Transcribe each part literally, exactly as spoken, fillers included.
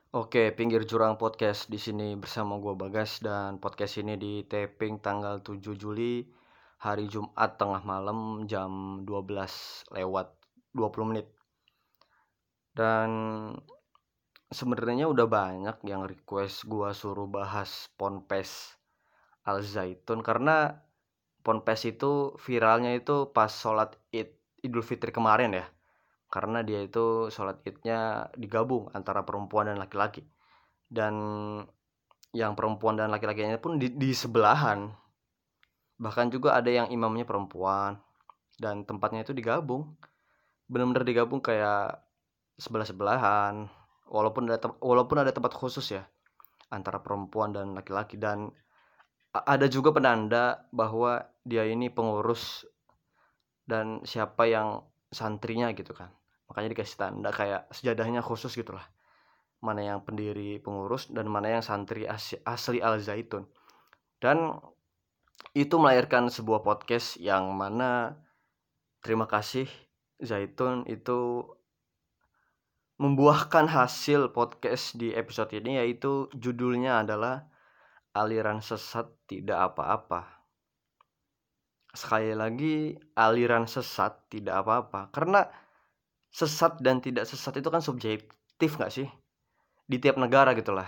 Oke, Pinggir Jurang Podcast di sini bersama gua Bagas dan podcast ini di taping tanggal tujuh Juli hari Jumat tengah malam jam dua belas lewat dua puluh menit. Dan sebenarnya udah banyak yang request gua suruh bahas Ponpes Al Zaitun karena Ponpes itu viralnya itu pas sholat Id Idul Fitri kemarin ya. Karena dia itu sholat Idnya digabung antara perempuan dan laki-laki. Dan yang perempuan dan laki-lakinya pun di, di sebelahan. Bahkan juga ada yang imamnya perempuan dan tempatnya itu digabung. Benar-benar digabung kayak sebelah-sebelahan. Walaupun ada tem- walaupun ada tempat khusus ya antara perempuan dan laki-laki, dan ada juga penanda bahwa dia ini pengurus dan siapa yang santrinya gitu kan. Makanya dikasih tanda kayak sejadahnya khusus gitulah. Mana yang pendiri pengurus dan mana yang santri asli, asli Al Zaitun. Dan itu melahirkan sebuah podcast yang mana terima kasih Zaitun itu membuahkan hasil podcast di episode ini, yaitu judulnya adalah Aliran Sesat Tidak Apa-apa. Sekali lagi, aliran sesat tidak apa-apa. Karena sesat dan tidak sesat itu kan subjektif gak sih? Di tiap negara gitulah.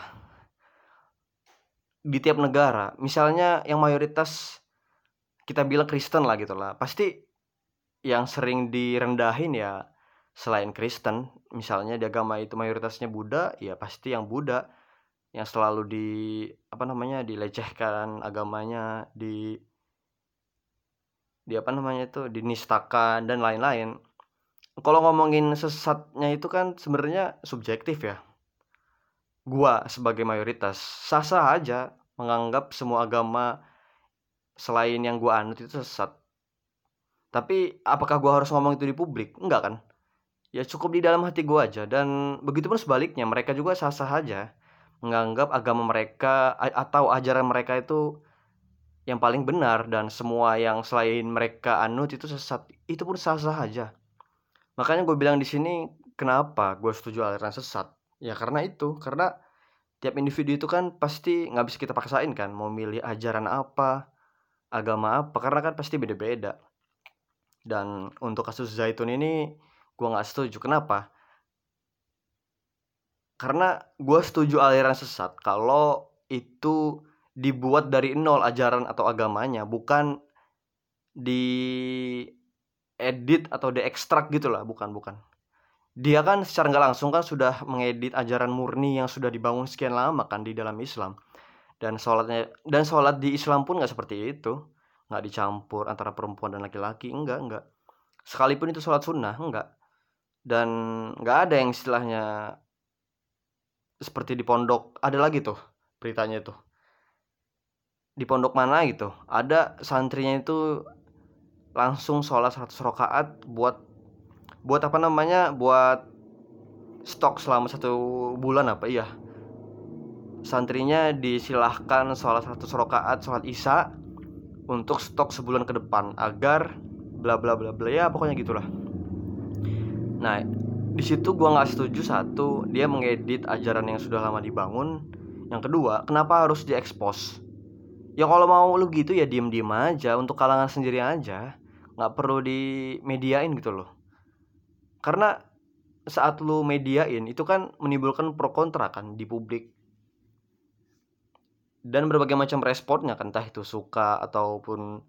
Di tiap negara, misalnya yang mayoritas kita bilang Kristen lah gitulah, pasti yang sering direndahin ya selain Kristen, misalnya di agama itu mayoritasnya Buddha, ya pasti yang Buddha yang selalu di apa namanya dilecehkan agamanya, di di apa namanya itu dinistakan dan lain-lain. Kalau ngomongin sesatnya itu kan sebenarnya subjektif ya. Gua sebagai mayoritas sah-sah aja menganggap semua agama selain yang gua anut itu sesat. Tapi apakah gua harus ngomong itu di publik? Enggak kan? Ya cukup di dalam hati gua aja, dan begitupun sebaliknya, mereka juga sah-sah aja menganggap agama mereka atau ajaran mereka itu yang paling benar dan semua yang selain mereka anut itu sesat. Itu pun sah-sah aja. Makanya gue bilang di sini kenapa gue setuju aliran sesat. Ya karena itu, karena tiap individu itu kan pasti nggak bisa kita paksain kan mau milih ajaran apa, agama apa, karena kan pasti beda-beda. Dan untuk kasus Zaitun ini gue nggak setuju. Kenapa? Karena gue setuju aliran sesat kalau itu dibuat dari nol ajaran atau agamanya, bukan di edit atau diekstrak gitulah, bukan bukan. Dia kan secara nggak langsung kan sudah mengedit ajaran murni yang sudah dibangun sekian lama kan di dalam Islam. Dan sholatnya dan sholat di Islam pun nggak seperti itu, nggak dicampur antara perempuan dan laki-laki, enggak enggak. Sekalipun itu sholat sunnah, enggak. Dan nggak ada yang istilahnya seperti di pondok. Ada lagi tuh beritanya tuh, di pondok mana gitu ada santrinya itu langsung sholat seratus rakaat buat buat apa namanya buat stok selama satu bulan apa iya. Santrinya disilahkan sholat seratus rakaat sholat isya untuk stok sebulan ke depan agar bla bla bla bla, ya pokoknya gitulah. Nah, di situ gua nggak setuju. Satu, dia mengedit ajaran yang sudah lama dibangun. Yang kedua, kenapa harus diekspos? Ya kalau mau lu gitu ya diem-diem aja untuk kalangan sendiri aja, nggak perlu dimediain gitu loh. Karena saat lu mediain itu kan menimbulkan pro kontra kan di publik, dan berbagai macam responnya kan, entah itu suka ataupun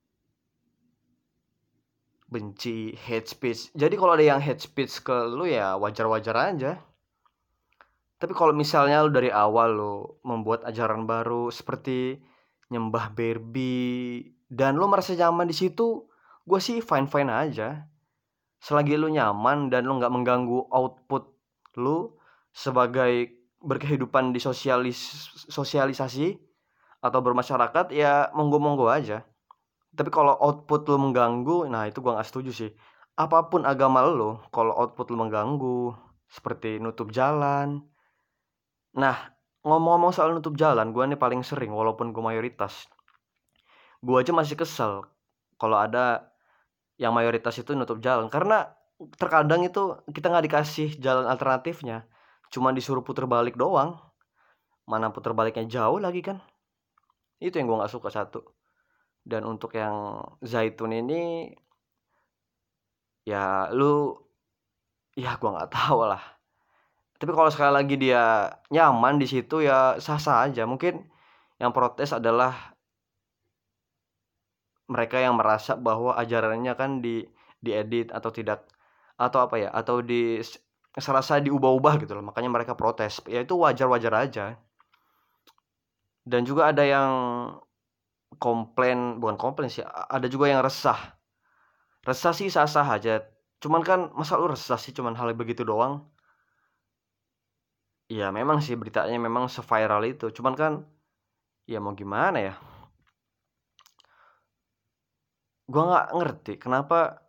benci, hate speech. Jadi kalau ada yang hate speech ke lu ya wajar-wajar aja. Tapi kalau misalnya lu dari awal lu membuat ajaran baru seperti nyembah Barbie dan lu merasa nyaman di situ, gue sih fine-fine aja. Selagi lu nyaman dan lu nggak mengganggu output lu sebagai berkehidupan di sosialis sosialisasi atau bermasyarakat, ya monggo-monggo aja. Tapi kalau output lu mengganggu, nah itu gua nggak setuju sih. Apapun agama lu, kalau output lu mengganggu, seperti nutup jalan. Nah, ngomong-ngomong soal nutup jalan, gua nih paling sering, walaupun gua mayoritas. Gua aja masih kesel kalau ada yang mayoritas itu nutup jalan, karena terkadang itu kita nggak dikasih jalan alternatifnya. cuma disuruh puter balik doang, mana puter baliknya jauh lagi kan. Itu yang gue nggak suka satu. Dan untuk yang Zaitun ini, ya lu, ya gue nggak tahu lah. Tapi kalau sekali lagi dia nyaman di situ ya sah-sah aja. Mungkin yang protes adalah mereka yang merasa bahwa ajarannya kan di diedit atau tidak, atau apa ya, atau di serasa diubah-ubah gitu loh. Makanya mereka protes. Ya itu wajar-wajar aja. Dan juga ada yang komplain, bukan komplain sih, ada juga yang resah. Resah sih sah-sah aja. Cuman kan masa lu resah sih cuman hal begitu doang. Ya memang sih beritanya memang se-viral itu. Cuman kan ya mau gimana ya. Gua gak ngerti kenapa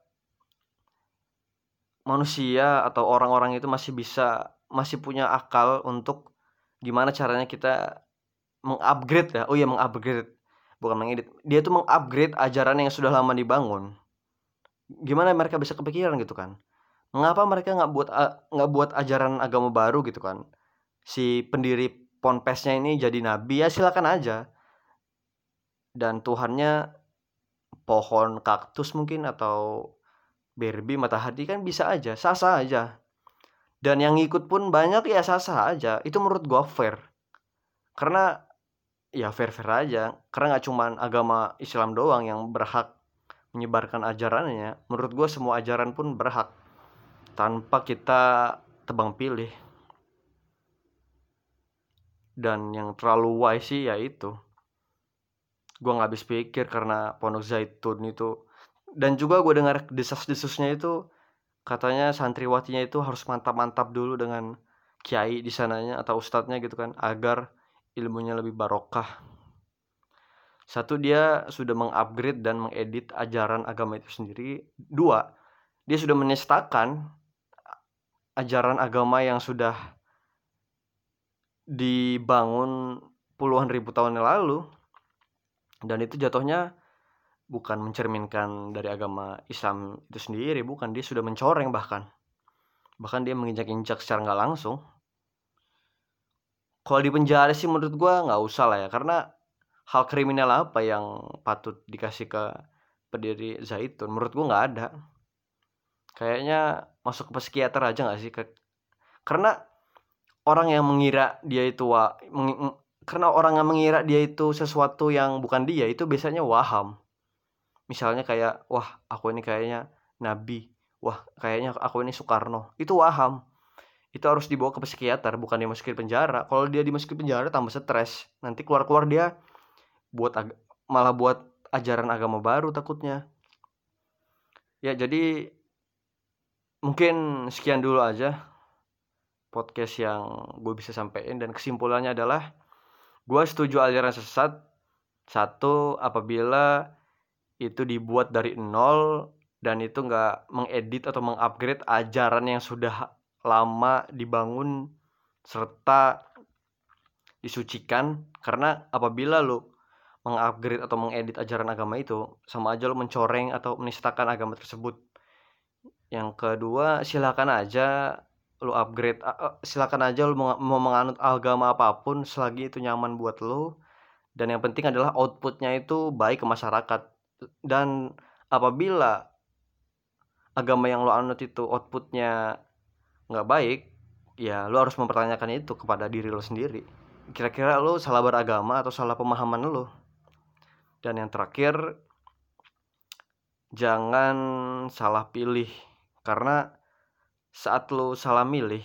manusia atau orang-orang itu masih bisa, masih punya akal untuk gimana caranya kita meng-upgrade ya. Oh iya meng-upgrade, bukan mengedit. Dia tuh meng-upgrade ajaran yang sudah lama dibangun. Gimana mereka bisa kepikiran gitu kan? Mengapa mereka nggak buat nggak buat ajaran agama baru gitu kan? Si pendiri ponpesnya ini jadi nabi, ya silakan aja. Dan Tuhannya pohon kaktus mungkin atau berbi matahari kan bisa aja, sah-sah aja. Dan yang ngikut pun banyak ya sah-sah aja. Itu menurut gua fair. Karena ya fair-fair aja. Karena nggak cuman agama Islam doang yang berhak menyebarkan ajarannya. Menurut gua semua ajaran pun berhak, tanpa kita tebang pilih. Dan yang terlalu wise sih ya itu, gue nggak habis pikir karena Pondok Zaitun itu. Dan juga gue dengar desas-desusnya itu katanya santriwatinya itu harus mantap-mantap dulu dengan kiai di sananya atau ustadznya gitu kan, agar ilmunya lebih barokah. Satu, dia sudah mengupgrade dan mengedit ajaran agama itu sendiri. Dua, dia sudah menistakan ajaran agama yang sudah dibangun puluhan ribu tahun yang lalu. Dan itu jatuhnya bukan mencerminkan dari agama Islam itu sendiri, bukan. Dia sudah mencoreng bahkan. Bahkan dia menginjak-injak secara nggak langsung. Kalau di penjara sih menurut gue nggak usah lah ya, karena hal kriminal apa yang patut dikasih ke pendiri Zaitun? Menurut gue nggak ada. Kayaknya masuk ke psikiater aja nggak sih? Karena orang yang mengira dia itu wa, meng, karena orang yang mengira dia itu sesuatu yang bukan dia, itu biasanya waham. Misalnya kayak, wah aku ini kayaknya nabi, wah kayaknya aku ini Soekarno. Itu waham. Itu harus dibawa ke psikiater, bukan dimasukin penjara. Kalau dia dimasukin penjara tambah stres. Nanti keluar-keluar dia buat ag- malah buat ajaran agama baru takutnya. Ya jadi mungkin sekian dulu aja podcast yang gue bisa sampaikan. Dan kesimpulannya adalah gue setuju aliran sesat. Satu, apabila itu dibuat dari nol dan itu nggak mengedit atau mengupgrade ajaran yang sudah lama dibangun serta disucikan. Karena apabila lo mengupgrade atau mengedit ajaran agama itu, sama aja lo mencoreng atau menistakan agama tersebut. Yang kedua, silakan aja lo upgrade, silakan aja lo mau menganut agama apapun selagi itu nyaman buat lo. Dan yang penting adalah outputnya itu baik ke masyarakat. Dan apabila agama yang lo anut itu outputnya nggak baik, ya lo harus mempertanyakan itu kepada diri lo sendiri. Kira-kira lo salah beragama atau salah pemahaman lo? Dan yang terakhir, jangan salah pilih. Karena saat lo salah milih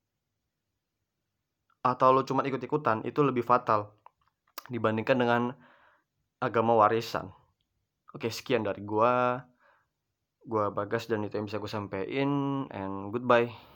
atau lo cuma ikut-ikutan, itu lebih fatal dibandingkan dengan agama warisan. Oke, sekian dari gua. Gua Bagas dan itu yang bisa gue sampein, and goodbye.